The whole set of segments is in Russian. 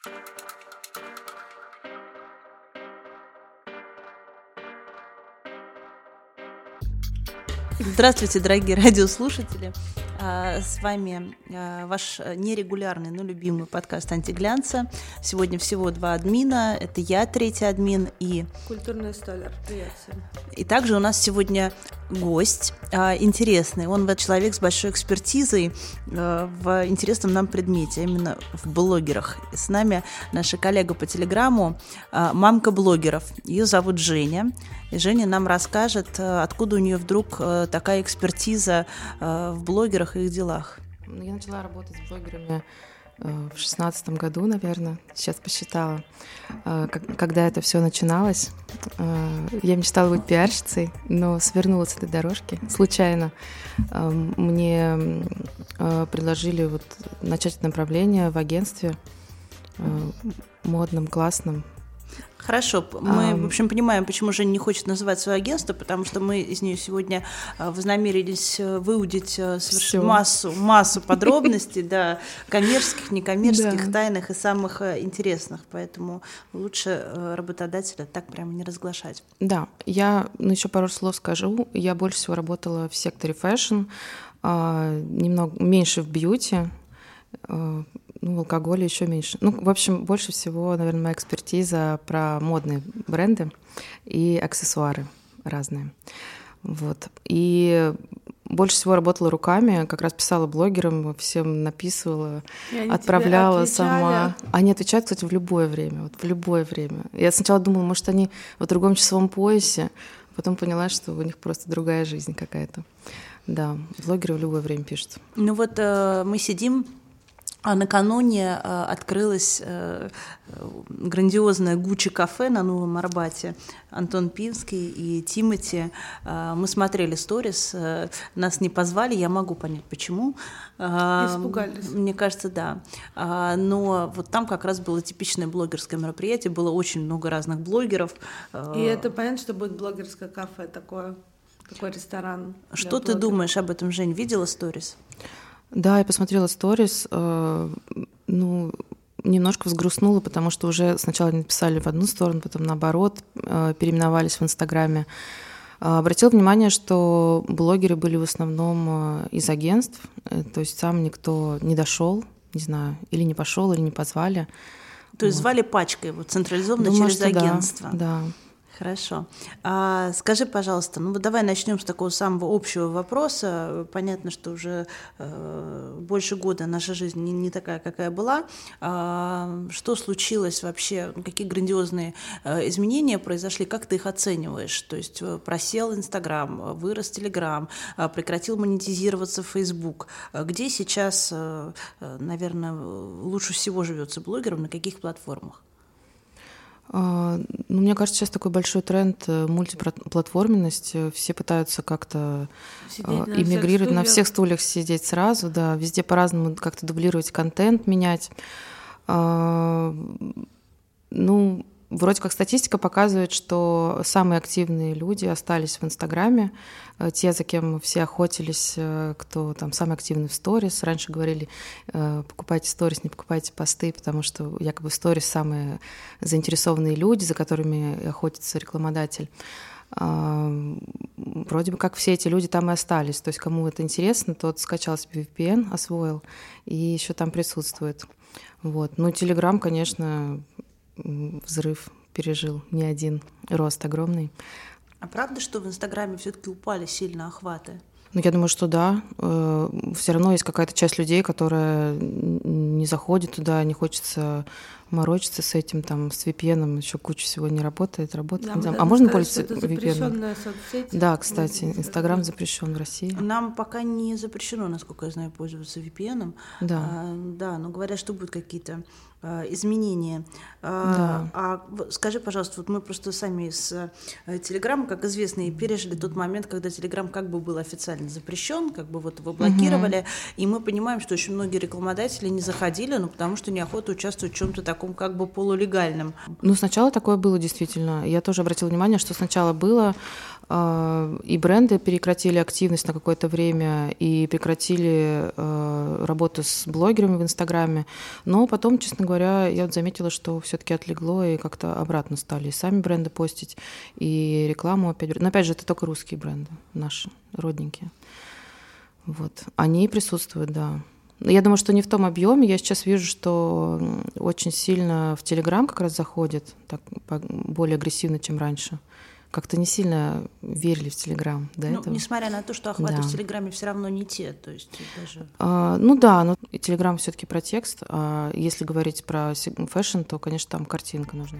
Здравствуйте, дорогие радиослушатели! С вами ваш нерегулярный, но любимый подкаст «Антиглянца». Сегодня всего 2 админа. Это я, 3-й админ, и... Культурный столяр. Привет всем. И также у нас сегодня гость интересный. Он человек с большой экспертизой в интересном нам предмете, именно в блогерах. И с нами наша коллега по Телеграму, мамка блогеров. Ее зовут Женя. И Женя нам расскажет, откуда у нее вдруг такая экспертиза в блогерах и их делах. Я начала работать с блогерами в 2016 году, наверное, сейчас посчитала. Когда это все начиналось, я мечтала быть пиарщицей, но свернула с этой дорожки случайно. Мне предложили начать это направление в агентстве модном, классном. Хорошо, мы, в общем, понимаем, почему Женя не хочет называть свое агентство, потому что мы из нее сегодня вознамерились выудить совершенно массу подробностей, да, коммерческих, некоммерческих, тайных и самых интересных, поэтому лучше работодателя так прямо не разглашать. Да, я еще пару слов скажу. Я больше всего работала в секторе фэшн, немного меньше в бьюти, в алкоголе еще меньше. В общем, больше всего, наверное, моя экспертиза про модные бренды и аксессуары разные. И больше всего работала руками, как раз писала блогерам, всем написывала, отправляла сама. Они отвечают, кстати, в любое время, в любое время. Я сначала думала, может, они в другом часовом поясе, потом поняла, что у них просто другая жизнь какая-то. Да, блогеры в любое время пишут. Мы сидим. А накануне открылось грандиозное Гуччи-кафе на Новом Арбате. Антон Пинский и Тимати. Мы смотрели сторис, нас не позвали, я могу понять, почему. Испугались. Мне кажется, да. Но там как раз было типичное блогерское мероприятие, было очень много разных блогеров. И это понятно, что будет блогерское кафе такое, такой ресторан. Что ты думаешь об этом, Жень? Видела сторис? Да, я посмотрела сторис, немножко взгрустнула, потому что уже сначала написали в одну сторону, потом наоборот, переименовались в Инстаграме. Обратила внимание, что блогеры были в основном из агентств, то есть сам никто не дошел, не знаю, или не пошел, или не позвали. То есть звали пачкой, централизованно через агентство? Да. Хорошо. Скажи, пожалуйста, давай начнем с такого самого общего вопроса. Понятно, что уже больше года наша жизнь не такая, какая была. Что случилось вообще? Какие грандиозные изменения произошли? Как ты их оцениваешь? То есть просел Инстаграм, вырос Телеграм, прекратил монетизироваться Фейсбук. Где сейчас, наверное, лучше всего живется блогерам, на каких платформах? Мне кажется, сейчас такой большой тренд мультиплатформенность. Все пытаются как-то иммигрировать, на всех стульях сидеть сразу, да, везде по-разному как-то дублировать контент, менять. Вроде как статистика показывает, что самые активные люди остались в Инстаграме, те, за кем все охотились, кто там самый активный в сторис. Раньше говорили, покупайте сторис, не покупайте посты, потому что якобы в сторис самые заинтересованные люди, за которыми охотится рекламодатель. Вроде бы как все эти люди там и остались. То есть кому это интересно, тот скачал себе VPN, освоил и еще там присутствует. Телеграм, конечно, взрыв пережил, не один, рост огромный. А правда, что в Инстаграме все-таки упали сильно охваты? Я думаю, что да. Все равно есть какая-то часть людей, которая не заходит туда, не хочется морочиться с этим, с VPN, еще куча всего не работает. Да, а можно пользоваться VPN? Это запрещенная соцсеть. Да, кстати, Инстаграм запрещен в России. Нам пока не запрещено, насколько я знаю, пользоваться VPN. Да. Но говорят, что будут какие-то изменения. Да. Скажи, пожалуйста, мы просто сами с Телеграма, как известно, пережили тот момент, когда Телеграм как бы был официально запрещен, как бы его блокировали, и мы понимаем, что очень многие рекламодатели не захотели переходили, ну, потому что неохота участвовать в чем-то таком как бы полулегальном. Ну, сначала такое было действительно. Я тоже обратила внимание, что сначала было, и бренды прекратили активность на какое-то время, и прекратили работу с блогерами в Инстаграме. Но потом, честно говоря, я вот заметила, что все-таки отлегло, и как-то обратно стали и сами бренды постить, и рекламу опять. Но опять же, это только русские бренды, наши, родненькие. Вот. Они присутствуют, да. Я думаю, что не в том объеме. Я сейчас вижу, что очень сильно в Телеграм как раз заходит, так более агрессивно, чем раньше. Как-то не сильно верили в Телеграм до этого. Несмотря на то, что охваты в Телеграме все равно не те, то есть даже... Ну да, но Телеграм все-таки про текст, а если говорить про фэшн, то, конечно, там картинка нужна.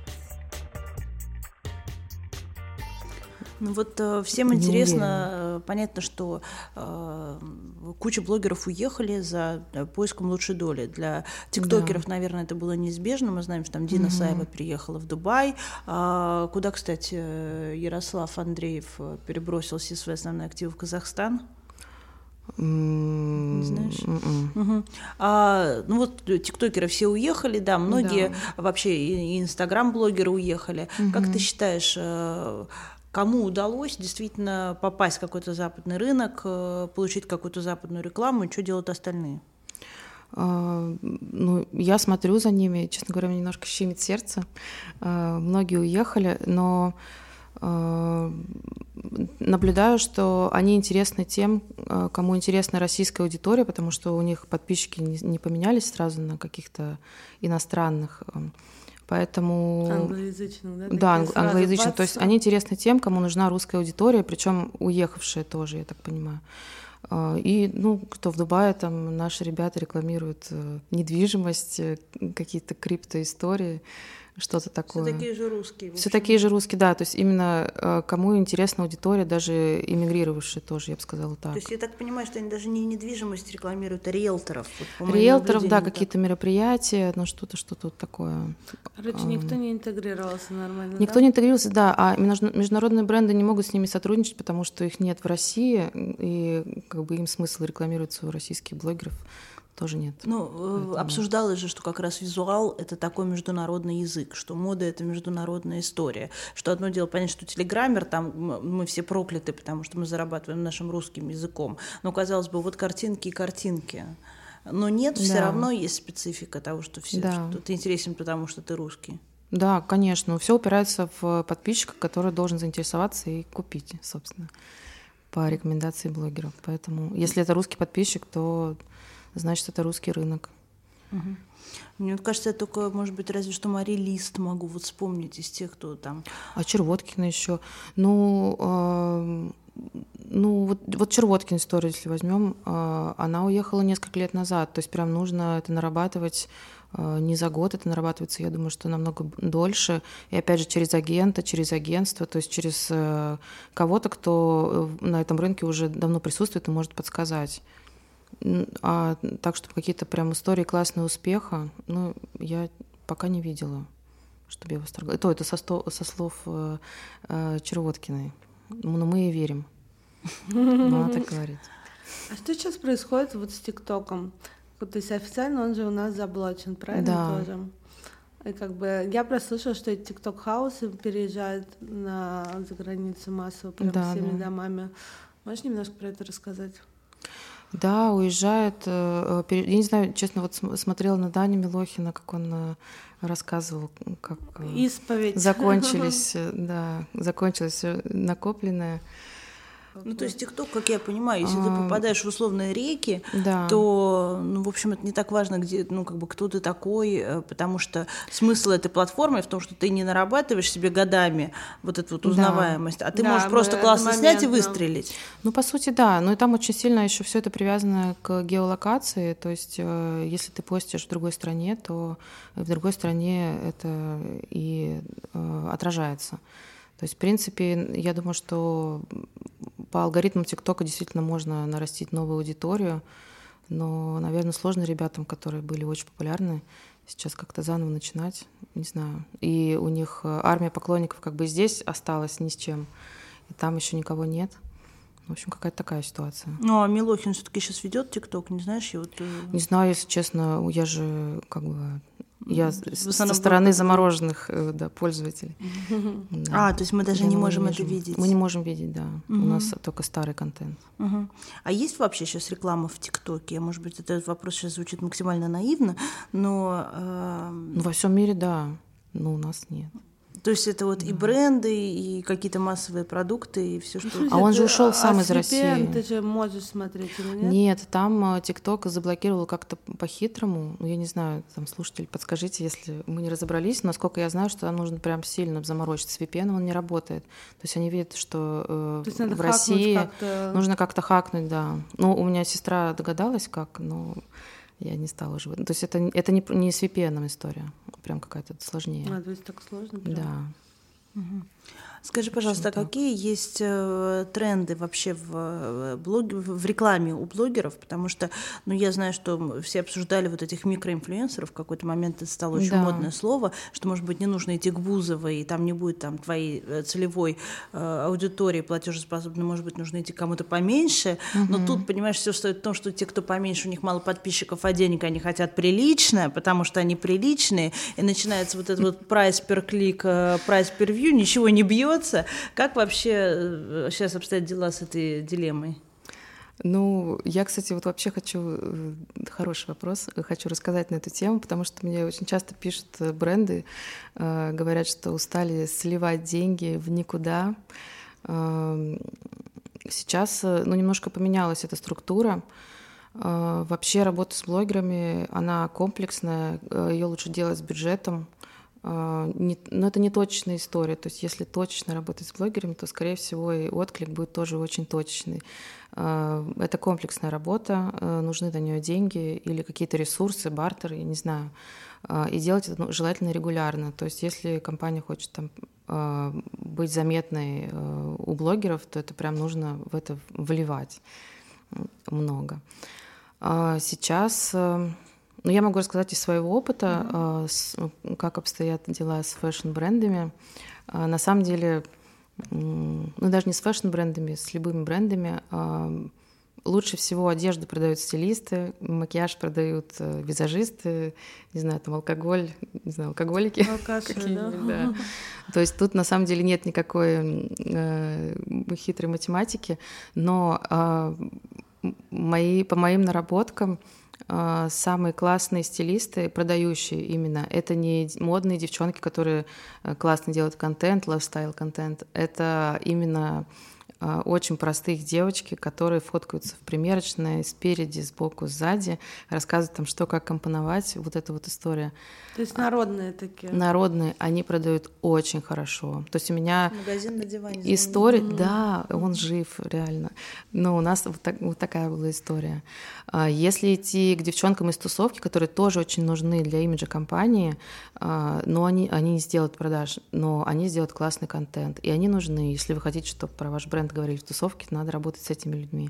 Ну вот всем интересно, понятно, что куча блогеров уехали за поиском лучшей доли. Для тиктокеров, наверное, это было неизбежно. Мы знаем, что там Дина Саева переехала в Дубай. Куда, кстати, Ярослав Андреев перебросил все свои основные активы в Казахстан? Не знаешь? Ну вот тиктокеры все уехали, да, многие вообще и инстаграм-блогеры уехали. Как ты считаешь, кому удалось действительно попасть в какой-то западный рынок, получить какую-то западную рекламу, и что делают остальные? Ну, я смотрю за ними, честно говоря, мне немножко щемит сердце. Многие уехали, но наблюдаю, что они интересны тем, кому интересна российская аудитория, потому что у них подписчики не поменялись сразу на каких-то иностранных. Поэтому... Англоязычных, да? Да, англоязычных. То есть они интересны тем, кому нужна русская аудитория, причем уехавшая тоже, я так понимаю. И, ну, кто в Дубае, там наши ребята рекламируют недвижимость, какие-то криптоистории, что-то такое. Все такие же русские. Все такие же русские, да. То есть именно кому интересна аудитория, даже эмигрировавшие тоже, я бы сказала так. То есть я так понимаю, что они даже не недвижимость рекламируют, а риэлторов. Вот, риэлторов, да, какие-то мероприятия, ну что-то вот такое. Короче, никто не интегрировался нормально, Никто не интегрировался, да, а международные бренды не могут с ними сотрудничать, потому что их нет в России, и как бы им смысл рекламировать у российских блогеров тоже нет. Ну, поэтому... обсуждалось же, что как раз визуал — это такой международный язык, что мода — это международная история. Что одно дело, понятно, что телеграммер, там мы все прокляты, потому что мы зарабатываем нашим русским языком. Но, казалось бы, вот картинки и картинки. Но нет, все равно есть специфика того, что, что ты интересен, потому что ты русский. Да, конечно. Все упирается в подписчика, который должен заинтересоваться и купить, собственно, по рекомендации блогеров. Поэтому, если это русский подписчик, то значит, это русский рынок. Мне кажется, я только, может быть, разве что Мари Лист могу вот вспомнить из тех, кто там... А Червоткина еще. Ну, вот Червоткина историю, если возьмем, она уехала несколько лет назад. То есть прям нужно это нарабатывать не за год, это нарабатывается, я думаю, что намного дольше. И опять же через агента, через агентство, то есть через кого-то, кто на этом рынке уже давно присутствует и может подсказать. А так, чтобы какие-то прям истории классного успеха, ну, я пока не видела, чтобы я восторгалась. Это со слов Червоткиной. Но мы ей верим. Она так говорит. А что сейчас происходит вот с ТикТоком? То есть официально он же у нас заблочен, правильно тоже? И как бы я прослышала, что эти ТикТок-хаусы переезжают за границу массово, прям всеми домами. Можешь немножко про это рассказать? Да, уезжает. Я не знаю, честно, вот смотрела на Даню Милохина, как он рассказывал, как исповедь закончилось все накопленное. Ну, то есть ТикТок, как я понимаю, если ты попадаешь в условные реки, то, ну, в общем, это не так важно, где, ну, как бы, кто ты такой, потому что смысл этой платформы в том, что ты не нарабатываешь себе годами вот эту вот узнаваемость, а ты можешь просто классно снять и выстрелить. Ну, по сути, да, но и там очень сильно еще все это привязано к геолокации, то есть если ты постишь в другой стране, то в другой стране это и отражается. То есть, в принципе, я думаю, что по алгоритмам ТикТока действительно можно нарастить новую аудиторию, но, наверное, сложно ребятам, которые были очень популярны, сейчас как-то заново начинать, не знаю. И у них армия поклонников как бы здесь осталась ни с чем, и там еще никого нет. В общем, какая-то такая ситуация. Ну, а Милохин все-таки сейчас ведет ТикТок, не знаешь? Я вот... Не знаю, если честно, я же как бы... Я со стороны замороженных пользователей. Да. То есть мы даже не можем это видеть? Мы не можем видеть, да. У нас только старый контент. А есть вообще сейчас реклама в ТикТоке? Может быть, этот вопрос сейчас звучит максимально наивно, но... Во всем мире, да, но у нас нет. То есть это вот и бренды, и какие-то массовые продукты, и все что. А он же ушел сам из России. Ты же можешь смотреть или нет? Нет, там ТикТок заблокировал как-то по-хитрому. Ну, я не знаю, там, слушатели, подскажите, если мы не разобрались. Насколько я знаю, что там нужно прям сильно заморочить. С VPN он не работает. То есть они видят, что в России нужно как-то хакнуть, да. Ну, у меня сестра догадалась, как, но я не стала уже. То есть это не с VPN история, прям какая-то сложнее. То есть так сложно? Прям. Да. Скажи, пожалуйста, какие есть тренды вообще в рекламе у блогеров? Потому что, я знаю, что все обсуждали вот этих микроинфлюенсеров. В какой-то момент это стало очень модное слово, что, может быть, не нужно идти к Бузовой, и там не будет там твоей целевой аудитории платежеспособной, может быть, нужно идти к кому-то поменьше. Но тут, понимаешь, все стоит в том, что те, кто поменьше, у них мало подписчиков, а денег они хотят прилично, потому что они приличные, и начинается вот этот вот прайс per клик, прайс per view, ничего не бьет. Как вообще сейчас обстоят дела с этой дилеммой? Ну, я, кстати, вот вообще хороший вопрос, хочу рассказать на эту тему, потому что мне очень часто пишут бренды, говорят, что устали сливать деньги в никуда. Сейчас, немножко поменялась эта структура. Вообще работа с блогерами, она комплексная, ее лучше делать с бюджетом. Но это не точечная история. То есть если точечно работать с блогерами, то, скорее всего, и отклик будет тоже очень точечный. Это комплексная работа, нужны на нее деньги или какие-то ресурсы, бартер, я не знаю. И делать это желательно регулярно. То есть если компания хочет быть заметной у блогеров, то это прям нужно в это вливать много. Сейчас... я могу рассказать из своего опыта, как обстоят дела с фэшн-брендами. На самом деле, даже не с фэшн-брендами, с любыми брендами. Лучше всего одежду продают стилисты, макияж продают визажисты, не знаю, там алкоголь, не знаю, алкоголики. Какие-нибудь, да. То есть тут на самом деле нет никакой хитрой математики, но по моим наработкам самые классные стилисты, продающие именно, это не модные девчонки, которые классно делают контент, лайфстайл-контент, это именно очень простые девочки, которые фоткаются в примерочной спереди, сбоку, сзади, рассказывают там, что, как компоновать, вот эта вот история. То есть народные такие? Народные, они продают очень хорошо. То есть у меня... Магазин на диване. История, да, он жив, реально. Но у нас вот такая была история. Если идти к девчонкам из тусовки, которые тоже очень нужны для имиджа компании, но они не сделают продаж, но они сделают классный контент, и они нужны. Если вы хотите, чтобы про ваш бренд говорили в тусовке, надо работать с этими людьми.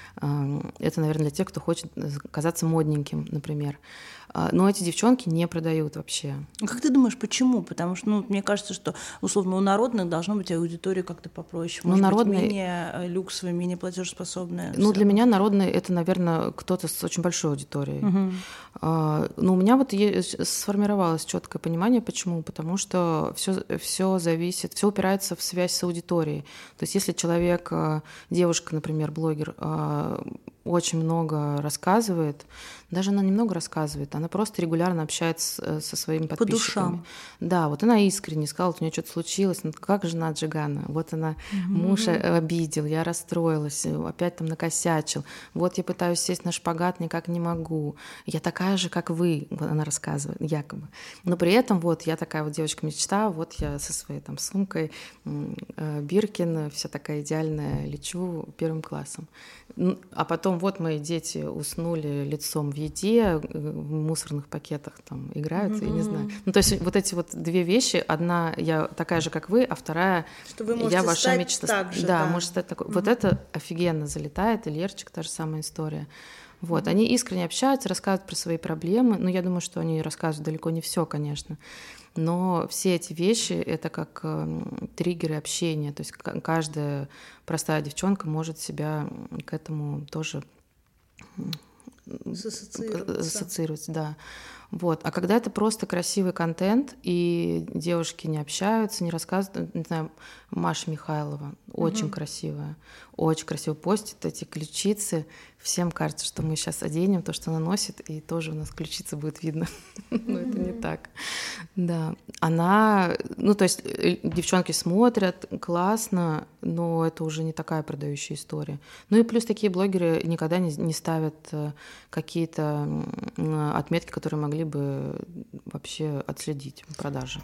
Это, наверное, для тех, кто хочет казаться модненьким, например. Но эти девчонки не продают вообще. Как ты думаешь, почему? Потому что, мне кажется, что, условно, у народных должна быть аудитория как-то попроще. Может быть, менее люксовая, менее платежеспособная. Для меня народный — это, наверное, кто-то с очень большой аудиторией. Но у меня вот сформировалось четкое понимание, почему. Потому что все зависит, все упирается в связь с аудиторией. То есть если человек, девушка, например, блогер, очень много рассказывает, даже она немного рассказывает, она просто регулярно общается со своими подписчиками. По душам. Да, вот она искренне сказала, вот у нее что-то случилось, как жена Джигана, вот она муж обидел, я расстроилась, опять там накосячил, вот я пытаюсь сесть на шпагат, никак не могу, я такая же, как вы, вот она рассказывает, якобы. Но при этом вот я такая вот девочка-мечта, вот я со своей там сумкой, Биркин, вся такая идеальная, лечу первым классом. А потом вот мои дети уснули лицом в еде, в мусорных пакетах там играют, я не знаю. То есть вот эти вот две вещи, одна я такая же, как вы, а вторая что вы я ваша мечта. Так же, да, может стать такой. Вот это офигенно залетает, и Лерчик, та же самая история. Вот, они искренне общаются, рассказывают про свои проблемы. Ну, я думаю, что они рассказывают далеко не все, конечно. Но все эти вещи — это как триггеры общения. То есть каждая простая девчонка может себя к этому тоже ассоциировать, да. Вот. А когда это просто красивый контент, и девушки не общаются, не рассказывают, не знаю, Маша Михайлова, очень красивая, очень красиво постит эти ключицы. Всем кажется, что мы сейчас оденем то, что она носит, и тоже у нас ключица будет видно. Но это не так. Да. Она, ну, то есть девчонки смотрят, классно, но это уже не такая продающая история. Ну и плюс такие блогеры никогда не ставят какие-то отметки, которые могли бы вообще отследить продажи.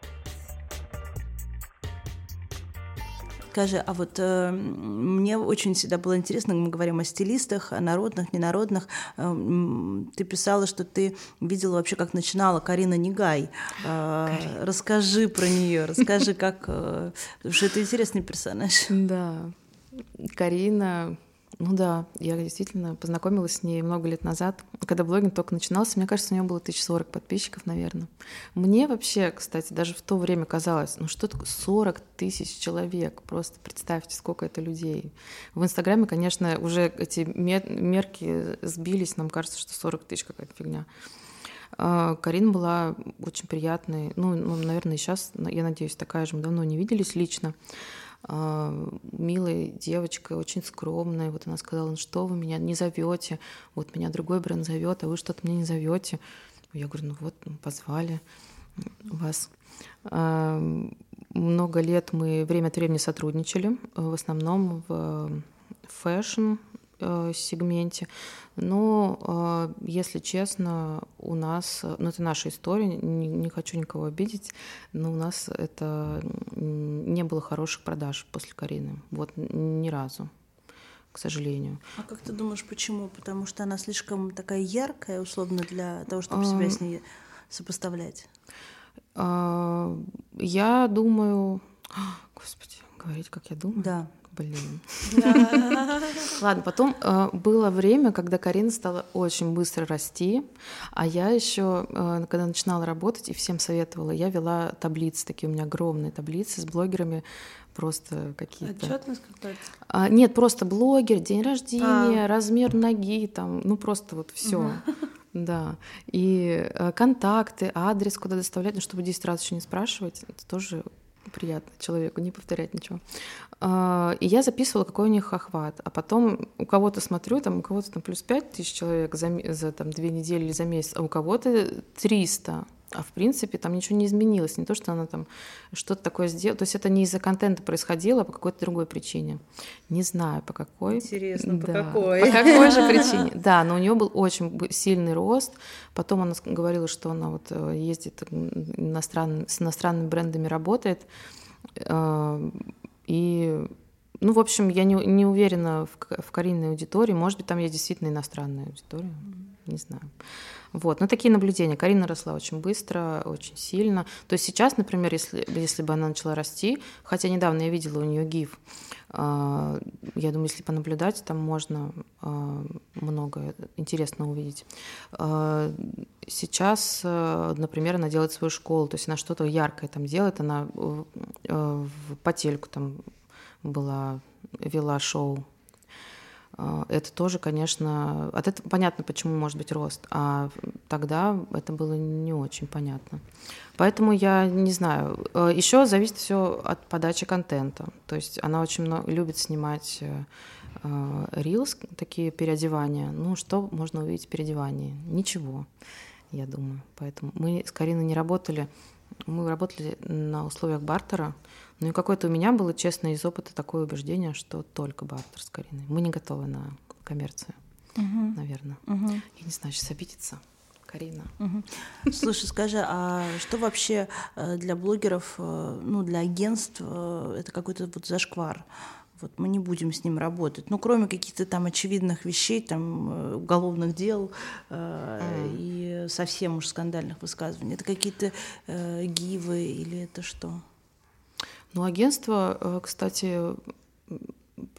Скажи, а вот мне очень всегда было интересно, мы говорим о стилистах, о народных, ненародных. Ты писала, что ты видела вообще, как начинала Карина Нигай. Расскажи про нее, расскажи, как... Потому что это интересный персонаж. Да, Карина... Ну да, я действительно познакомилась с ней много лет назад, когда блогинг только начинался. Мне кажется, у нее было 1040 подписчиков, наверное. Мне вообще, кстати, даже в то время казалось, ну что такое 40 тысяч человек? Просто представьте, сколько это людей. В Инстаграме, конечно, уже эти мерки сбились, нам кажется, что 40 тысяч какая-то фигня. Карина была очень приятной, ну, наверное, и сейчас, я надеюсь, такая же. Мы давно не виделись лично. Милая девочка, очень скромная. Вот она сказала: ну что вы меня не зовете? Вот меня другой бренд зовет, а вы что-то меня не зовете. Я говорю: ну вот, позвали вас. Много лет мы время от времени сотрудничали, в основном в фэшн-сегменте. Но, если честно, у нас, ну это наша история, не хочу никого обидеть, но у нас это не было хороших продаж после Карины. Вот ни разу, к сожалению. А как ты думаешь, почему? Потому что она слишком такая яркая, условно, для того, чтобы себя с ней сопоставлять? Я думаю... Господи, говорить, как я думаю? Да. Блин. Ладно, потом было время, когда Карина стала очень быстро расти, а я еще, когда начинала работать и всем советовала, я вела таблицы, такие у меня огромные таблицы с блогерами, просто какие-то... Отчетность какая-то? Нет, просто блогер, день рождения, размер ноги, там, ну просто вот все. Да. И контакты, адрес, куда доставлять, ну, чтобы 10 раз еще не спрашивать, это тоже приятно человеку, не повторять ничего. И я записывала, какой у них охват. А потом у кого-то смотрю, там у кого-то там плюс 5000 человек за там, 2 недели или за месяц, а у кого-то 300. А в принципе там ничего не изменилось. Не то, что она там что-то такое сделала. То есть это не из-за контента происходило, а по какой-то другой причине. Не знаю, по какой. Интересно, да. по какой. По какой же причине. Да, но у нее был очень сильный рост. Потом она говорила, что она вот ездит с иностранными брендами, работает. И, ну, в общем, я не уверена в Кариной аудитории. Может быть, там есть действительно иностранная аудитория. Не знаю. Вот. Но такие наблюдения. Карина росла очень быстро, очень сильно. То есть сейчас, например, если бы она начала расти, хотя недавно я видела у нее гиф, я думаю, если понаблюдать, там можно много интересного увидеть. Сейчас, например, она делает свою школу, то есть она что-то яркое там делает, она по телеку там вела шоу. Это тоже, конечно... От этого понятно, почему может быть рост, а тогда это было не очень понятно. Поэтому я не знаю. Еще зависит все от подачи контента. То есть она очень любит снимать рилс, такие переодевания. Ну, что можно увидеть в переодевании? Ничего, я думаю. Поэтому мы с Кариной не работали. Мы работали на условиях бартера. Ну и какое-то у меня было, честно, из опыта такое убеждение, что только бартер с Кариной. Мы не готовы на коммерцию, наверное. Я не знаю, сейчас обидится Карина. Слушай, скажи, а что вообще для блогеров, ну, для агентств, это какой-то вот зашквар? Вот мы не будем с ним работать. Ну, кроме каких-то там очевидных вещей, там, уголовных дел и совсем уж скандальных высказываний. Это какие-то гивы или это что? Ну, агентство, кстати,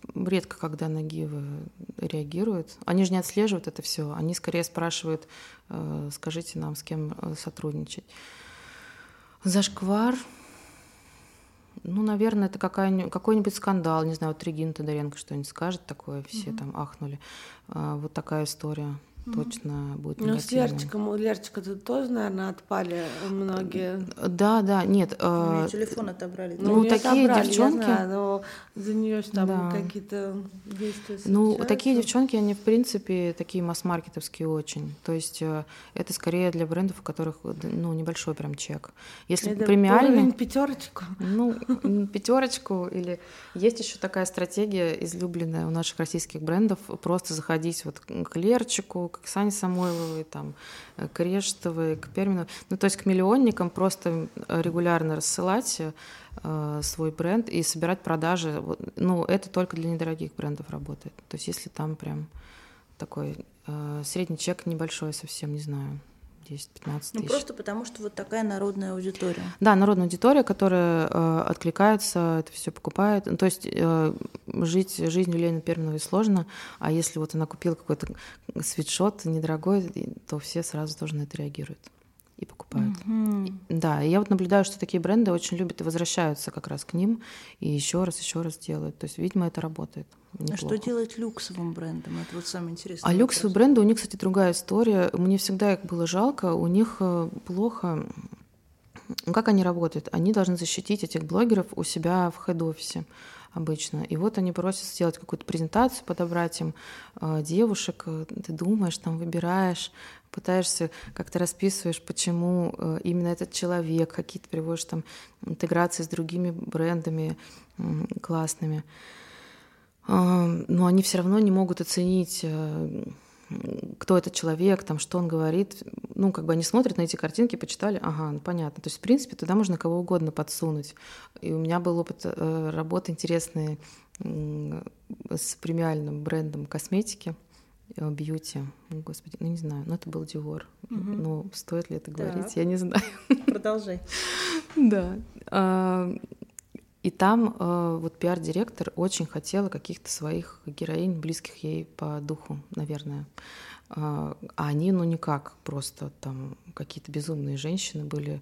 редко, когда на гивы реагируют. Они же не отслеживают это все. Они скорее спрашивают, скажите нам, с кем сотрудничать. Зашквар. Ну, наверное, это какой-нибудь скандал. Не знаю, вот Регина Тодоренко что-нибудь скажет такое, все там ахнули. Вот такая история. Точно будет негативная. Ну, с Лерчиком, у Лерчика-то тоже, наверное, отпали многие. Да, нет. У нее телефон отобрали. Ну, такие отобрали, девчонки... Я знаю, но за нее же там какие-то действия Ну, такие девчонки, они, в принципе, такие масс-маркетовские очень. То есть это скорее для брендов, у которых, ну, небольшой прям чек. Если это премиальный... пятерочку. Ну, пятерочку. Или есть еще такая стратегия, излюбленная у наших российских брендов, просто заходить вот к Лерчику, к Оксане Самойловой, там, к Рештовой, к Перминовой, ну, то есть к миллионникам просто регулярно рассылать свой бренд и собирать продажи. Ну, это только для недорогих брендов работает. То есть если там прям такой средний чек небольшой совсем, не знаю, 10-15 тысяч. Ну, просто потому, что вот такая народная аудитория. Да, народная аудитория, которая откликается, это все покупает. Ну, то есть жить жизнью Лены Перминовой сложно, а если вот она купила какой-то свитшот недорогой, то все сразу тоже на это реагируют и покупают. Да, и я вот наблюдаю, что такие бренды очень любят и возвращаются как раз к ним, и еще раз делают. То есть, видимо, это работает. Неплохо. А что делать люксовым брендом? Это вот самое интересное. А люксовые бренды, у них, кстати, другая история. Мне всегда их было жалко. У них плохо... Как они работают? Они должны защитить этих блогеров у себя в хед-офисе обычно. И вот они просят сделать какую-то презентацию, подобрать им девушек. Ты думаешь, там выбираешь, пытаешься, как-то расписываешь, почему именно этот человек, какие-то приводишь там интеграции с другими брендами классными. Но они все равно не могут оценить, кто этот человек, там, что он говорит. Ну, как бы они смотрят на эти картинки, почитали, ага, ну, понятно. То есть, в принципе, туда можно кого угодно подсунуть. И у меня был опыт работы интересный с премиальным брендом косметики, бьюти. Господи, ну не знаю, но это был Dior. Ну, стоит ли это говорить, я не знаю. Продолжай. Да. И там вот пиар-директор очень хотела каких-то своих героинь, близких ей по духу, наверное. А они, ну никак, просто там какие-то безумные женщины были,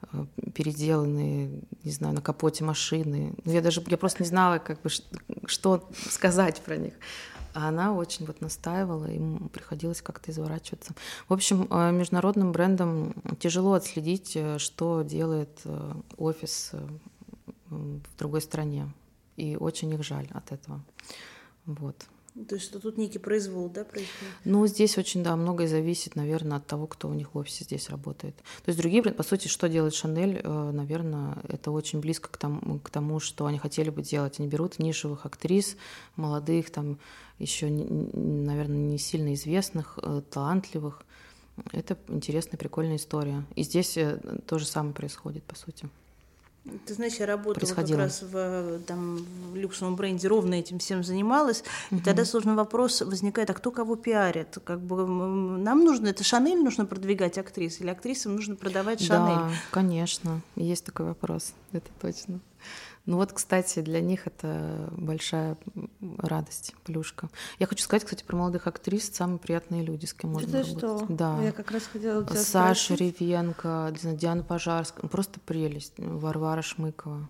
переделанные, не знаю, на капоте машины. Ну, я просто не знала, как бы, что сказать про них. А она очень вот настаивала, ему приходилось как-то изворачиваться. В общем, международным брендам тяжело отследить, что делает офис в другой стране. И очень их жаль от этого. Вот. То есть что тут некий произвол, да, происходит? Ну, здесь очень, да, многое зависит, наверное, от того, кто у них в офисе здесь работает. То есть другие бренды, по сути, что делает Шанель, наверное, это очень близко к тому, что они хотели бы делать. Они берут нишевых актрис, молодых, там, еще, наверное, не сильно известных, талантливых. Это интересная, прикольная история. И здесь то же самое происходит, по сути. Ты знаешь, я работала как раз в люксовом бренде, ровно этим всем занималась. И тогда сложный вопрос возникает, а кто кого пиарит? Как бы нам нужно, это Шанель нужно продвигать актрис, или актрисам нужно продавать Шанель? Да, конечно, есть такой вопрос, это точно. Ну вот, кстати, для них это большая радость, плюшка. Я хочу сказать, кстати, про молодых актрис, самые приятные люди, с кем можно работать. Что? Да. Я как раз хотела тебя Саша спросить. Ревенко, Диана Пожарская, просто прелесть, Варвара Шмыкова.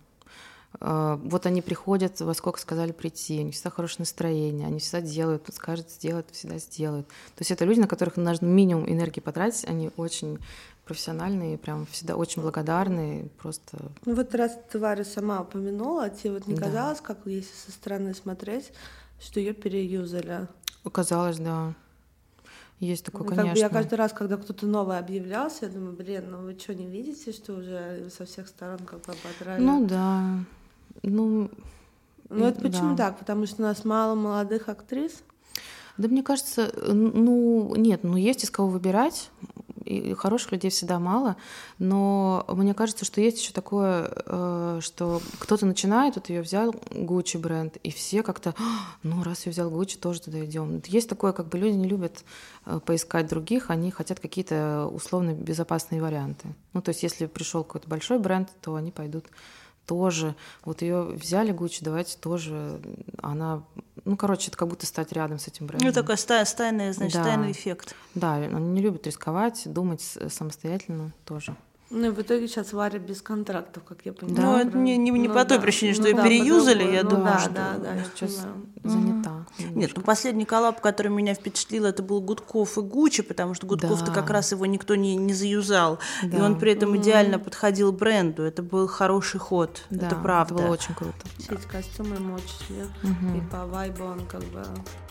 Вот они приходят, во сколько сказали прийти, у них всегда хорошее настроение, они всегда делают, скажут сделать, всегда сделают. То есть это люди, на которых нужно минимум энергии потратить, они очень профессиональные, прям всегда очень благодарные, просто... Ну вот раз ты Варю сама упомянула, тебе вот не казалось, как если со стороны смотреть, что ее переюзали? Казалось, да. Есть такое, Как конечно. бы я каждый раз, когда кто-то новый объявлялся, я думаю, ну вы что, не видите, что уже со всех сторон как бы ободрали? Ну да. Ну это почему так? Потому что у нас мало молодых актрис? Да мне кажется, нет, есть из кого выбирать. И хороших людей всегда мало, но мне кажется, что есть еще такое, что кто-то начинает, вот ее взял Gucci бренд, и все как-то, ну раз я взял Gucci, тоже туда идем. Есть такое, как бы люди не любят поискать других, они хотят какие-то условно безопасные варианты. Ну то есть если пришел какой-то большой бренд, то они пойдут тоже. Вот ее взяли Гуччи, давайте тоже. Она, это как будто стать рядом с этим брендом. Такой стайный, значит, тайный эффект. Да, они не любят рисковать, думать самостоятельно тоже. Ну и в итоге сейчас Варя без контрактов, как я понимаю. Ну, это не по той причине, что ее переюзали, я думаю, что сейчас занята. Нет, последний коллаб, который меня впечатлил, это был Гудков и Гуччи, потому что Гудков-то как раз его никто не заюзал, и он при этом идеально подходил бренду. Это был хороший ход, это правда. Это было очень круто. Все эти костюмы ему очень шли, и по вайбу он как бы...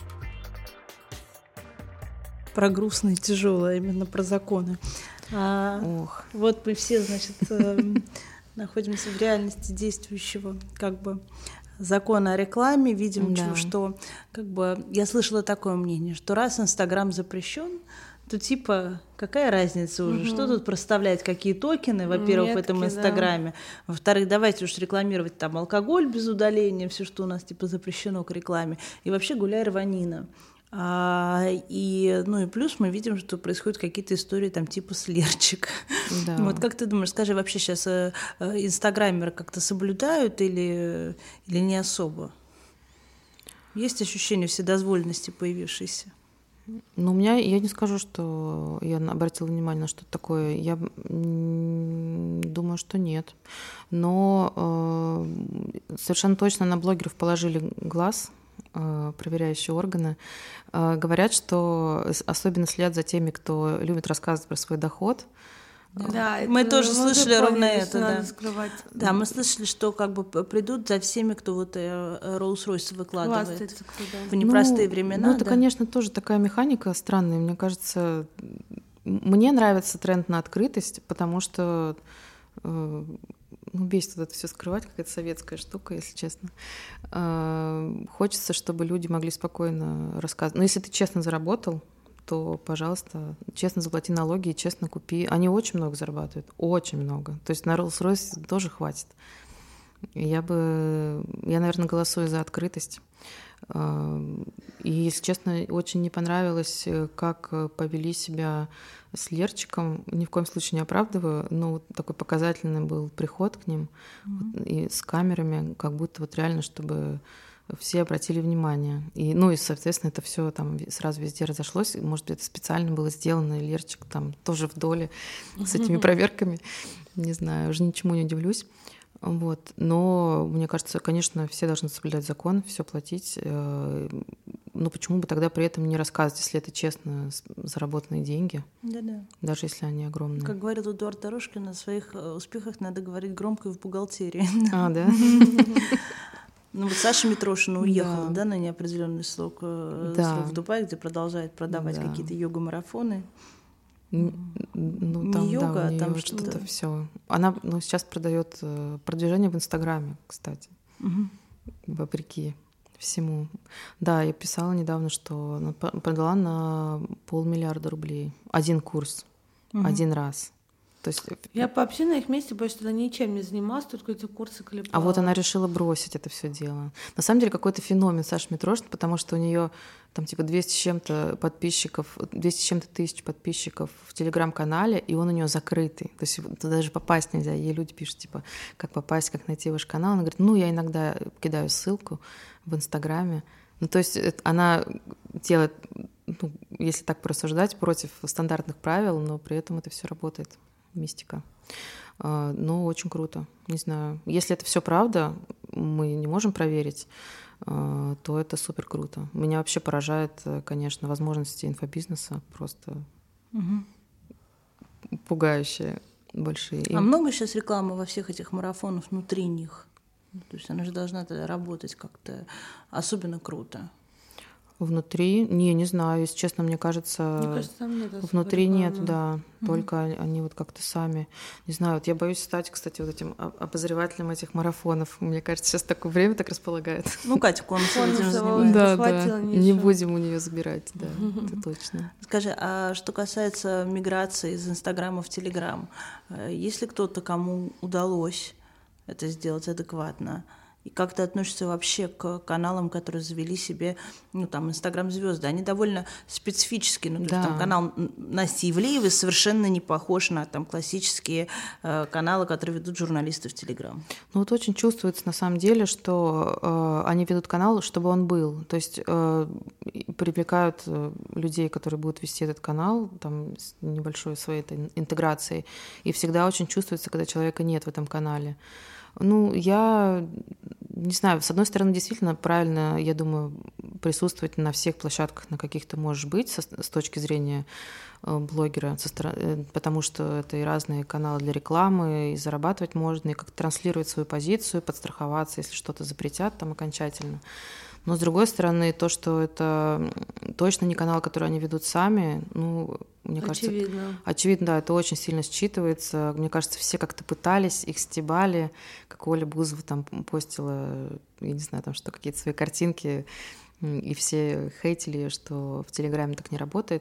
Про грустное и тяжелое, именно про законы. Вот мы все, значит, находимся в реальности действующего как бы закона о рекламе, видим, что как бы я слышала такое мнение, что раз Инстаграм запрещен, то типа какая разница уже, что тут проставлять, какие токены, во-первых, в этом Инстаграме, во-вторых, давайте уж рекламировать там алкоголь без удаления, все, что у нас типа запрещено к рекламе, и вообще гуляй рванина. И плюс мы видим, что происходят какие-то истории там типа слерчик. Да. Вот как ты думаешь, скажи, вообще сейчас инстаграмеры как-то соблюдают или не особо? Есть ощущение вседозволенности появившейся? Ну, я не скажу, что я обратила внимание на что-то такое. Я думаю, что нет. Но совершенно точно на блогеров положили глаз проверяющие органы, говорят, что особенно следят за теми, кто любит рассказывать про свой доход. Да, мы тоже слышали ровно это. Да, мы слышали, что как бы придут за всеми, кто вот Rolls-Royce выкладывает в непростые времена. Это, конечно, тоже такая механика странная. Мне кажется, мне нравится тренд на открытость, потому что бесит вот это все скрывать, какая-то советская штука, если честно. Хочется, чтобы люди могли спокойно рассказывать. Но если ты честно заработал, то, пожалуйста, честно заплати налоги и честно купи. Они очень много зарабатывают, очень много. То есть на Rolls-Royce тоже хватит. Я, наверное, голосую за открытость. И, если честно, очень не понравилось, как повели себя с Лерчиком. Ни в коем случае не оправдываю, но вот такой показательный был приход к ним и с камерами, как будто вот реально, чтобы все обратили внимание. И, соответственно, это все там сразу везде разошлось. Может быть, это специально было сделано, и Лерчик там тоже в доле с этими проверками. Не знаю, уже ничему не удивлюсь. Вот. Но мне кажется, конечно, все должны соблюдать закон, все платить. Но почему бы тогда при этом не рассказывать, если это честно заработанные деньги? Да-да. Даже если они огромные. Как говорил Эдуард Дорожкин, о своих успехах надо говорить громко и в бухгалтерии. Да? Вот Саша Митрошина уехала, на неопределенный срок в Дубай, где продолжает продавать какие-то йога-марафоны. Там, йога, там что-то все. Она сейчас продает продвижение в Инстаграме, кстати, вопреки всему. Да, я писала недавно, что она продала на 500 000 000 рублей. Один курс, один раз. То есть... Я вообще на их месте больше тогда ничем не занималась, только эти курсы клепала. А вот она решила бросить это все дело. На самом деле какой-то феномен Саши Митрошина, потому что у нее там типа 200 с чем-то подписчиков, 200 с чем-то тысяч подписчиков в Телеграм-канале, и он у нее закрытый. То есть туда даже попасть нельзя. Ей люди пишут, типа, как попасть, как найти ваш канал. Она говорит, я иногда кидаю ссылку в Инстаграме. То есть она делает, если так порассуждать, против стандартных правил, но при этом это все работает. Мистика. Но очень круто. Не знаю. Если это все правда, мы не можем проверить, то это супер круто. Меня вообще поражает, конечно, возможности инфобизнеса. Просто пугающие большие. А много сейчас рекламы во всех этих марафонах внутри них? То есть она же должна тогда работать как-то особенно круто. Внутри? Не знаю, если честно, мне кажется там нет внутри нет, да, только они вот как-то сами. Не знаю, вот я боюсь стать, кстати, вот этим обозревателем этих марафонов. Мне кажется, сейчас такое время так располагает. Катя Конусова этим занимается. Да, не будем у нее забирать, да, это точно. Скажи, а что касается миграции из Инстаграма в Телеграм, есть ли кто-то, кому удалось это сделать адекватно? И как ты относишься вообще к каналам, которые завели себе, там, Инстаграм-звезды? Они довольно специфические. То есть там канал Насти Ивлеевой совершенно не похож на там классические каналы, которые ведут журналисты в Телеграм. Ну вот очень чувствуется на самом деле, что они ведут канал, чтобы он был. То есть привлекают людей, которые будут вести этот канал, там, с небольшой своей интеграцией. И всегда очень чувствуется, когда человека нет в этом канале. Я не знаю, с одной стороны, действительно правильно, я думаю, присутствовать на всех площадках, на каких ты можешь быть с точки зрения блогера, потому что это и разные каналы для рекламы, и зарабатывать можно, и как-то транслировать свою позицию, подстраховаться, если что-то запретят там окончательно. Но, с другой стороны, то, что это точно не канал, который они ведут сами, мне кажется... Очевидно, да, это очень сильно считывается. Мне кажется, все как-то пытались, их стебали, как Оля Бузова там постила, я не знаю, там что, какие-то свои картинки, и все хейтили, что в Телеграме так не работает.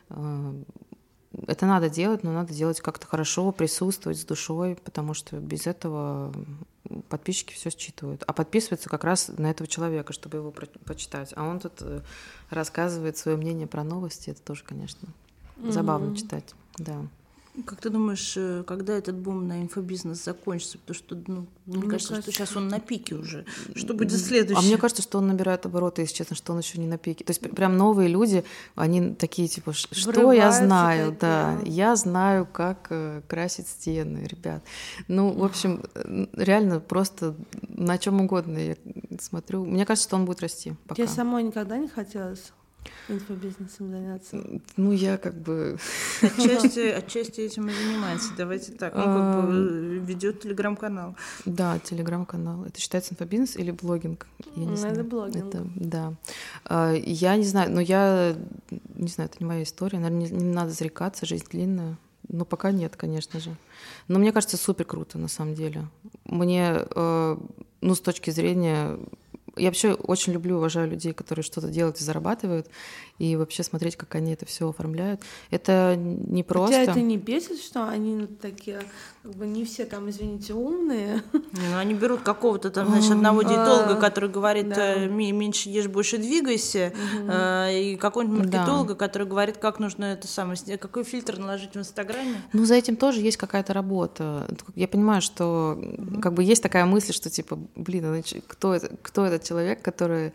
Это надо делать, но надо делать как-то хорошо, присутствовать с душой, потому что без этого подписчики все считывают. А подписываются как раз на этого человека, чтобы его почитать. А он тут рассказывает свое мнение про новости. Это тоже, конечно, забавно читать. Да. Как ты думаешь, когда этот бум на инфобизнес закончится? Потому что, мне кажется, что сейчас он на пике уже. Что будет следующее? А мне кажется, что он набирает обороты, если честно, что он еще не на пике. То есть прям новые люди, они такие, типа, что я знаю? Да, я знаю, как красить стены, ребят. В общем, реально просто на чем угодно я смотрю. Мне кажется, что он будет расти пока. Тебе самой никогда не хотелось инфобизнесом заняться? Я как бы... Отчасти этим и занимается. Давайте так. Ведет телеграм-канал. Да, телеграм-канал. Это считается инфобизнес или блогинг? Я не знаю. Это блогинг. Да. Я не знаю, это не моя история. Наверное, не надо зарекаться, жизнь длинная. Но пока нет, конечно же. Но мне кажется, супер круто, на самом деле. Мне, с точки зрения... Я вообще очень люблю, уважаю людей, которые что-то делают и зарабатывают, и вообще смотреть, как они это все оформляют. Это не просто. Тебя это не бесит, что они такие, не все там, извините, умные? Они берут какого-то там, одного диетолога, который говорит, меньше ешь, больше двигайся, и какого-нибудь маркетолога, который говорит, как нужно это самое, какой фильтр наложить в Инстаграме. За этим тоже есть какая-то работа. Я понимаю, что как бы есть такая мысль, что типа, кто этот человек, который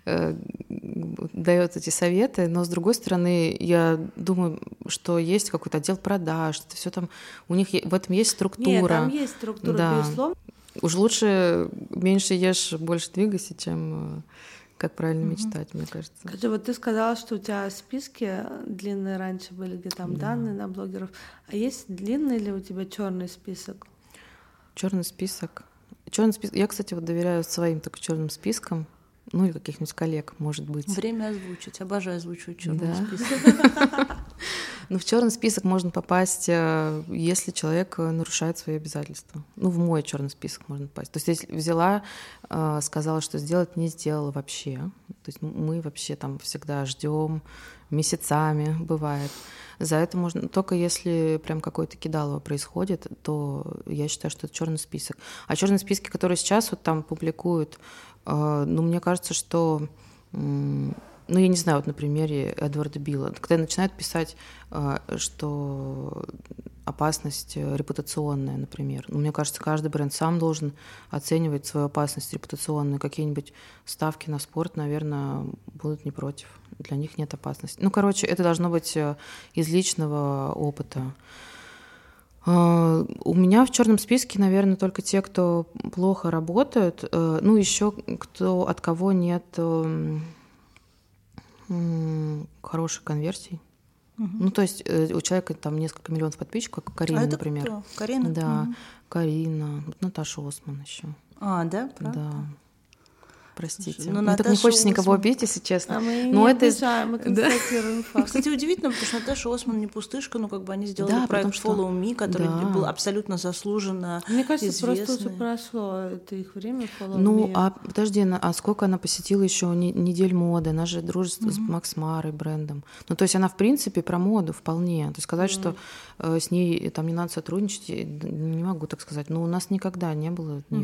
дает эти советы, но с другой стороны, я думаю, что есть какой-то отдел продаж, это все там, у них в этом есть структура. Нет, там есть структура, безусловно. Уж лучше меньше ешь, больше двигайся, чем как правильно мечтать, мне кажется. Скажи, ты сказала, что у тебя списки длинные раньше были, где там данные на блогеров, а есть длинный или у тебя черный список? Черный список. Я, кстати, доверяю своим только черным спискам, и каких-нибудь коллег, может быть. Время озвучить. Обожаю озвучивать черный список. В черный список можно попасть, если человек нарушает свои обязательства. В мой черный список можно попасть. То есть если взяла, сказала, что сделать, не сделала вообще. То есть мы вообще там всегда ждем месяцами, бывает. За это можно, только если прям какое-то кидалово происходит, то я считаю, что это черный список. А черные списки, которые сейчас там публикуют, мне кажется, что, я не знаю, на примере Эдварда Билла, когда начинают писать, что опасность репутационная, например. Мне кажется, каждый бренд сам должен оценивать свою опасность репутационную. Какие-нибудь ставки на спорт, наверное, будут не против. Для них нет опасности. Это должно быть из личного опыта. У меня в черном списке, наверное, только те, кто плохо работают, еще от кого нет хороших конверсий. То есть у человека там несколько миллионов подписчиков, как Карина, например. Кто? Карина? Да, Карина, Наташа Осман еще. Да? Правда? Да. Простите. Мне так не хочется никого обидеть, если честно. А мы не обижаем, мы констатируем факт. Кстати, удивительно, потому что Наташа Осман не пустышка, они сделали проект Follow Me, который был абсолютно заслуженно известный. Мне кажется, просто уже прошло это их время Follow Me. Подожди, а сколько она посетила еще недель моды? Она же дружит с Макс Марой брендом. То есть она, в принципе, про моду вполне. То есть сказать, что с ней там не надо сотрудничать, не могу так сказать. Но у нас никогда не было от нее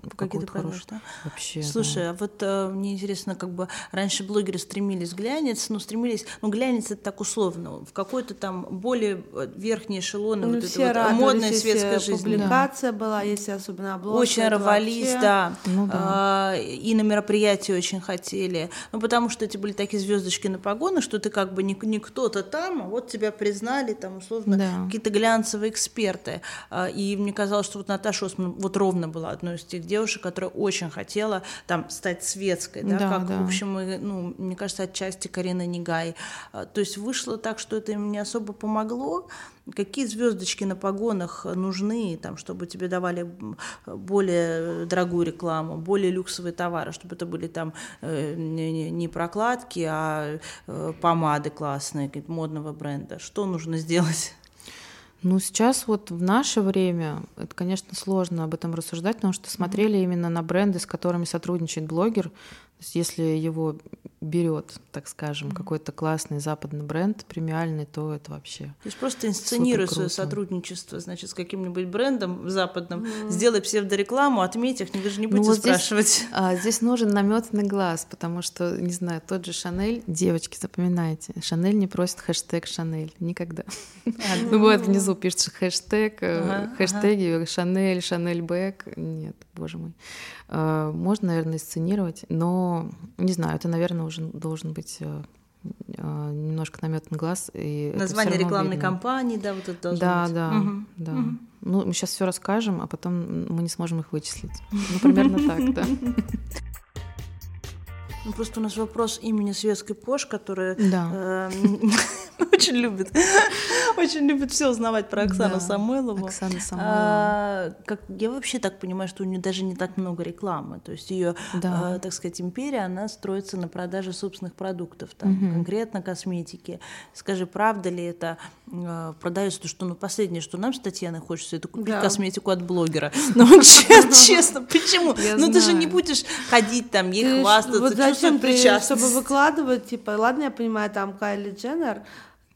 какой-то хороший. Да? Вообще, слушай, а вот мне интересно, как бы раньше блогеры стремились глянец, глянец это так условно, в какой-то там более верхние эшелоны вот все это вот модной светской жизни. Публикация была, если особенно обложка. Очень рвались, да. И на мероприятия очень хотели. Потому что эти были такие звездочки на погонах, что ты как бы не кто-то там, а вот тебя признали, там, условно, какие-то глянцевые эксперты. И мне казалось, что вот Наташа Осман вот ровно была одной из тех девушек, которая очень хотела там стать светской, в общем, мне кажется, отчасти Карина Нигай. То есть вышло так, что это им не особо помогло. Какие звездочки на погонах нужны, там, чтобы тебе давали более дорогую рекламу, более люксовые товары, чтобы это были там не прокладки, а помады классные, модного бренда. Что нужно сделать? Сейчас вот в наше время, это, конечно, сложно об этом рассуждать, потому что смотрели именно на бренды, с которыми сотрудничает блогер. То есть если его берет, так скажем, какой-то классный западный бренд, премиальный, то это вообще. То есть просто инсценируй свое сотрудничество, значит, с каким-нибудь брендом западным, сделай псевдорекламу, отметь их, вы же не будете спрашивать. Здесь нужен наметанный глаз, потому что, не знаю, тот же Шанель, девочки, запоминайте, Шанель не просит хэштег Шанель, никогда. Бывает внизу пишется хэштег, хэштеги Шанель, Шанель Бэк, нет, боже мой. Можно, наверное, сценировать, но, не знаю, это, наверное, уже должен быть немножко наметанный глаз. И название рекламной кампании, да, вот это должно быть. Да. Мы сейчас все расскажем, а потом мы не сможем их вычислить. Примерно так, да. Просто у нас вопрос имени светской Пош, которая очень любит все узнавать про Оксану Самойлову. Оксана Самойлова. Я вообще так понимаю, что у нее даже не так много рекламы. То есть ее, так сказать, империя, она строится на продаже собственных продуктов, конкретно косметики. Скажи, правда ли это? Продается то, что последнее, что нам с Татьяной хочется, это купить косметику от блогера. Честно, почему? Ты же не будешь ходить там, ей хвастаться. Зачем ты, чтобы выкладывать, ладно, я понимаю, там Кайли Дженнер,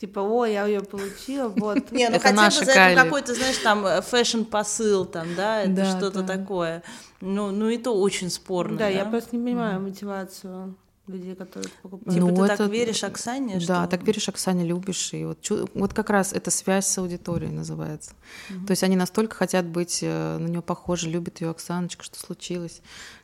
я ее получила, вот. Не, хотя бы за это какой-то, знаешь, там фэшн-посыл, там, да, это что-то такое. Это очень спорно. Да, я просто не понимаю мотивацию людей, которые покупают. Ты так веришь Оксане? Да, так веришь Оксане, любишь. И вот как раз эта связь с аудиторией называется. То есть они настолько хотят быть на нее похожи, любят ее Оксаночка, что случилось,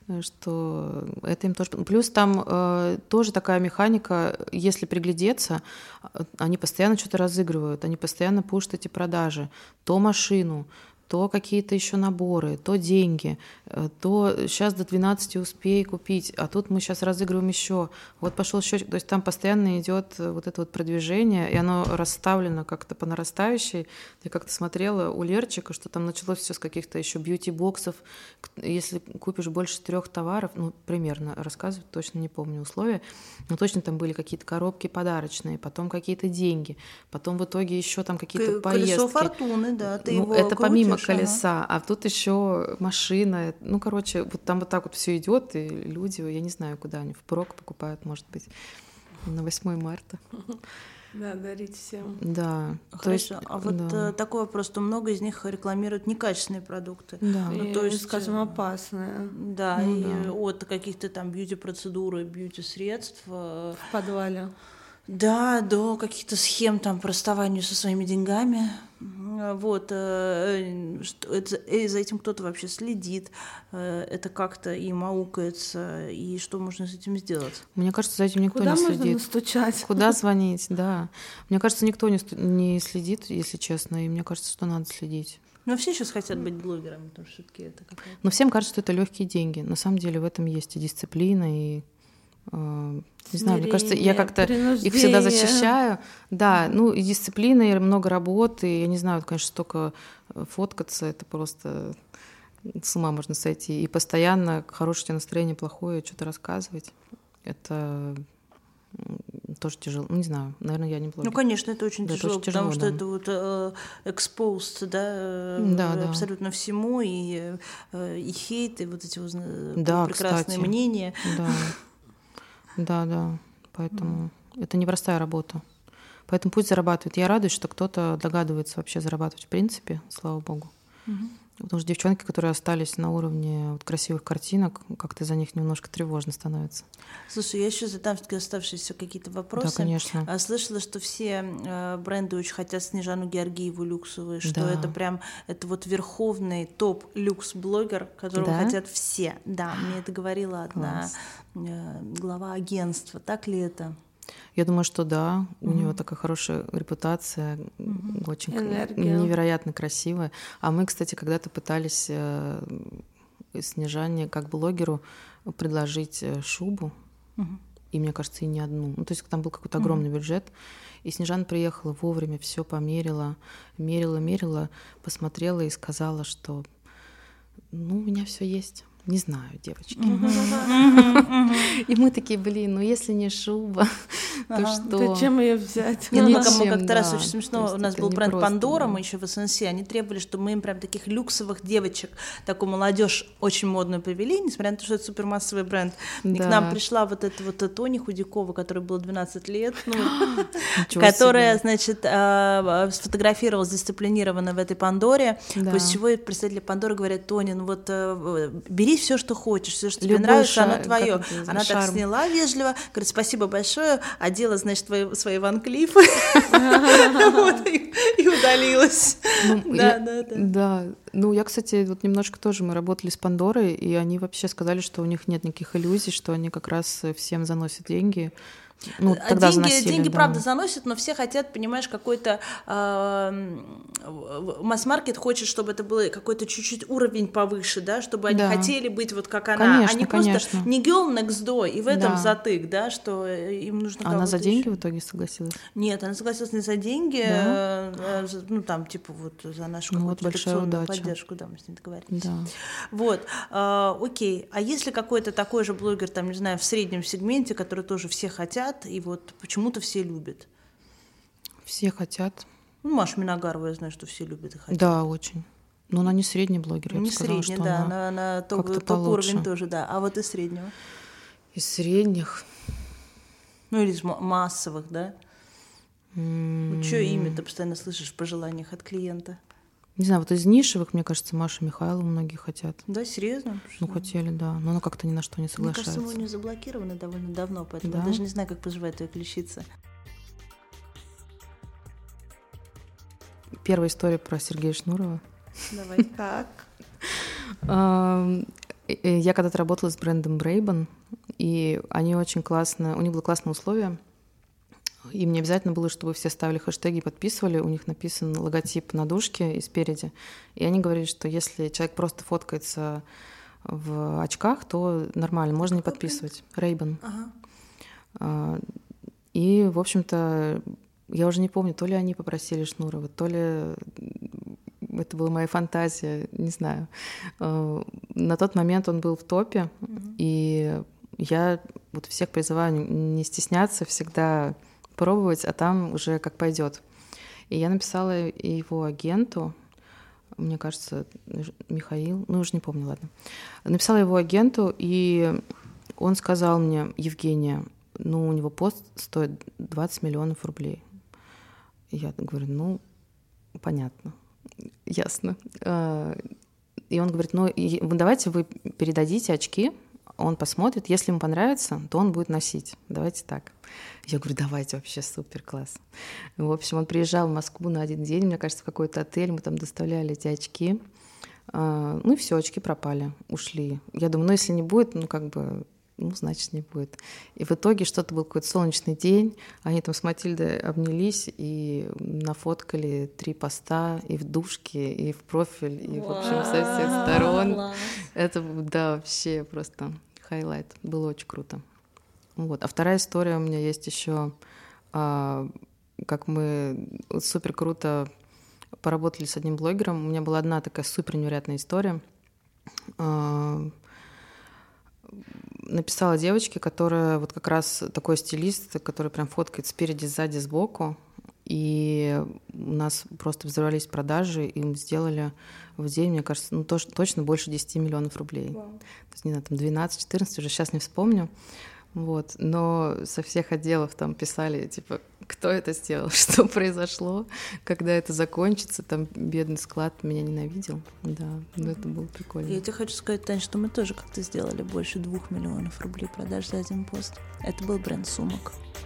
что это им тоже... Плюс там тоже такая механика, если приглядеться, они постоянно что-то разыгрывают, они постоянно пушат эти продажи. То машину, то какие-то еще наборы, то деньги, то сейчас до 12 успей купить, а тут мы сейчас разыгрываем еще. Вот пошел счетчик, то есть там постоянно идет вот это вот продвижение, и оно расставлено как-то по нарастающей. Я как-то смотрела у Лерчика, что там началось все с каких-то еще бьюти-боксов. Если купишь больше 3 товаров, примерно рассказывать, точно не помню условия, но точно там были какие-то коробки подарочные, потом какие-то деньги, потом в итоге еще там какие-то поездки. Колесо фортуны, да, ты его это крутишь, помимо колеса, а тут еще машина. Вот там вот так вот все идет, и люди, я не знаю, куда они впрок покупают, может быть, на 8 марта. Да, дарить всем. Да. Хорошо. Такой вопрос, что много из них рекламируют некачественные продукты. Да. То есть, скажем, опасные. Да, от каких-то там бьюти-процедур, бьюти-средств. В подвале. Да, до каких-то схем там по расставанию со своими деньгами. Вот. За этим кто-то вообще следит. Это как-то им аукается. И что можно с этим сделать? Мне кажется, за этим никто не следит. Куда можно настучать? Куда звонить, да. Мне кажется, никто не следит, если честно. И мне кажется, что надо следить. Но все сейчас хотят быть блогерами, потому что все-таки это какая-то... Но всем кажется, что это легкие деньги. На самом деле в этом есть и дисциплина, и не знаю, мне кажется, я как-то их всегда защищаю. Да, и дисциплина, и много работы. Я не знаю, конечно, столько фоткаться, это просто с ума можно сойти. И постоянно хорошее у тебя настроение, плохое, что-то рассказывать. Это тоже тяжело. Не знаю, наверное, я не блогер. Конечно, это очень тяжело, потому что это вот exposed, да, абсолютно всему, и хейт, и вот эти прекрасные мнения. Да, поэтому это непростая работа. Поэтому пусть зарабатывает. Я радуюсь, что кто-то догадывается вообще зарабатывать в принципе, слава богу. Потому что девчонки, которые остались на уровне вот красивых картинок, как-то за них немножко тревожно становится. Слушай, я еще задам оставшиеся какие-то вопросы. Да, конечно. Слышала, что все бренды очень хотят Снежану Георгиеву люксовую, что это прям, это вот верховный топ-люкс-блогер, которого хотят все. Да, мне это говорила одна глава агентства. Так ли это? Я думаю, что да. У него такая хорошая репутация, очень невероятно красивая. А мы, кстати, когда-то пытались Снежане как блогеру предложить шубу, и, мне кажется, и не одну. Ну, то есть там был какой-то огромный бюджет, и Снежана приехала вовремя, все померила, мерила, посмотрела и сказала, что ну, у меня все есть. Не знаю, девочки. И мы такие, блин, ну если не шуба, то что? Зачем ее взять? Мы как-то раз очень смешно, у нас был бренд Пандора, мы еще в СНС, они требовали, чтобы мы им прям таких люксовых девочек, такую молодежь очень модную повели, несмотря на то, что это супермассовый бренд. И к нам пришла вот эта вот Тони Худякова, которой было 12 лет, которая, значит, сфотографировалась дисциплинированно в этой Пандоре, после чего представители Пандоры говорят: Тони, ну вот бери все, что хочешь, все, что тебе нравится, оно твое. Она так сняла вежливо, говорит: спасибо большое, одела, значит, свои Ван Клиффы и удалилась. Да. Ну, я, кстати, вот немножко тоже, мы работали с Пандорой, и они вообще сказали, что у них нет никаких иллюзий, что они как раз всем заносят деньги. Ну, тогда деньги правда заносят, но все хотят, понимаешь, какой-то масс-маркет хочет, чтобы это был какой-то чуть-чуть уровень повыше, да, чтобы они хотели быть вот как она, они просто не girl next door, и в этом затык, да, что им нужно. Она за деньги в итоге согласилась? Нет, она согласилась не за деньги, ну там типа вот за нашу какую-то редакционную поддержку, да, мы с ней договорились. Да. Вот, окей, а если какой-то такой же блогер, там, не знаю, в среднем сегменте, который тоже все хотят, и вот почему-то все любят. Все хотят. Ну, Маша Миногарова, я знаю, что все любят и хотят. Да, очень. Но она не средний блогер, я бы сказала, не средний, да, она топ-уровень тоже, да. А вот из среднего? Из средних? Ну, или из массовых, да? Вот чье имя ты постоянно слышишь в пожеланиях от клиента? Не знаю, вот из нишевых, мне кажется, Маша Михайлова многие хотят. Да, серьезно? Ну, хотели, да. Но она как-то ни на что не соглашается. Мне кажется, мы у нее заблокированы довольно давно, поэтому я даже не знаю, как поживает ее ключица. Первая история про Сергея Шнурова. Давай, как? Я когда-то работала с брендом Ray-Ban, и они очень классно, у них было классное условие. Им не обязательно было, чтобы все ставили хэштеги и подписывали. У них написан логотип на дужке и спереди. И они говорили, что если человек просто фоткается в очках, то нормально, можно не подписывать. Ray-Ban. И, в общем-то, я уже не помню, то ли они попросили Шнурова, то ли это была моя фантазия, не знаю. На тот момент он был в топе, и я вот всех призываю не стесняться, всегда пробовать, а там уже как пойдет. И я написала его агенту, мне кажется, Михаил, ну уже не помню, ладно. Написала его агенту, и он сказал мне: Евгения, ну у него пост стоит 20 миллионов рублей. И я говорю: ну, понятно, ясно. И он говорит: ну давайте вы передадите очки, он посмотрит, если ему понравится, то он будет носить. Давайте так. Я говорю: давайте, вообще супер, класс. В общем, он приезжал в Москву на один день, мне кажется, в какой-то отель, мы там доставляли эти очки. Ну и все, очки пропали, ушли. Я думаю, ну если не будет, ну как бы, ну значит не будет. И в итоге что-то был какой-то солнечный день, они там с Матильдой обнялись и нафоткали 3 поста и в душке, и в профиль, и в общем со всех сторон. Это, да, вообще просто хайлайт. Было очень круто. Вот. А вторая история у меня есть еще, как мы супер круто поработали с одним блогером. У меня была одна такая супер невероятная история. Написала девочке, которая вот как раз такой стилист, который прям фоткает спереди, сзади, сбоку. И у нас просто взорвались продажи, и мы сделали в день, мне кажется, точно больше 10 миллионов рублей. То есть, не знаю, там 12-14, уже сейчас не вспомню. Вот. Но со всех отделов там писали, типа, кто это сделал, что произошло, когда это закончится, там бедный склад меня ненавидел. Да, но это было прикольно. Я тебе хочу сказать, Тань, что мы тоже как-то сделали больше 2 миллионов рублей продаж за один пост. Это был бренд сумок.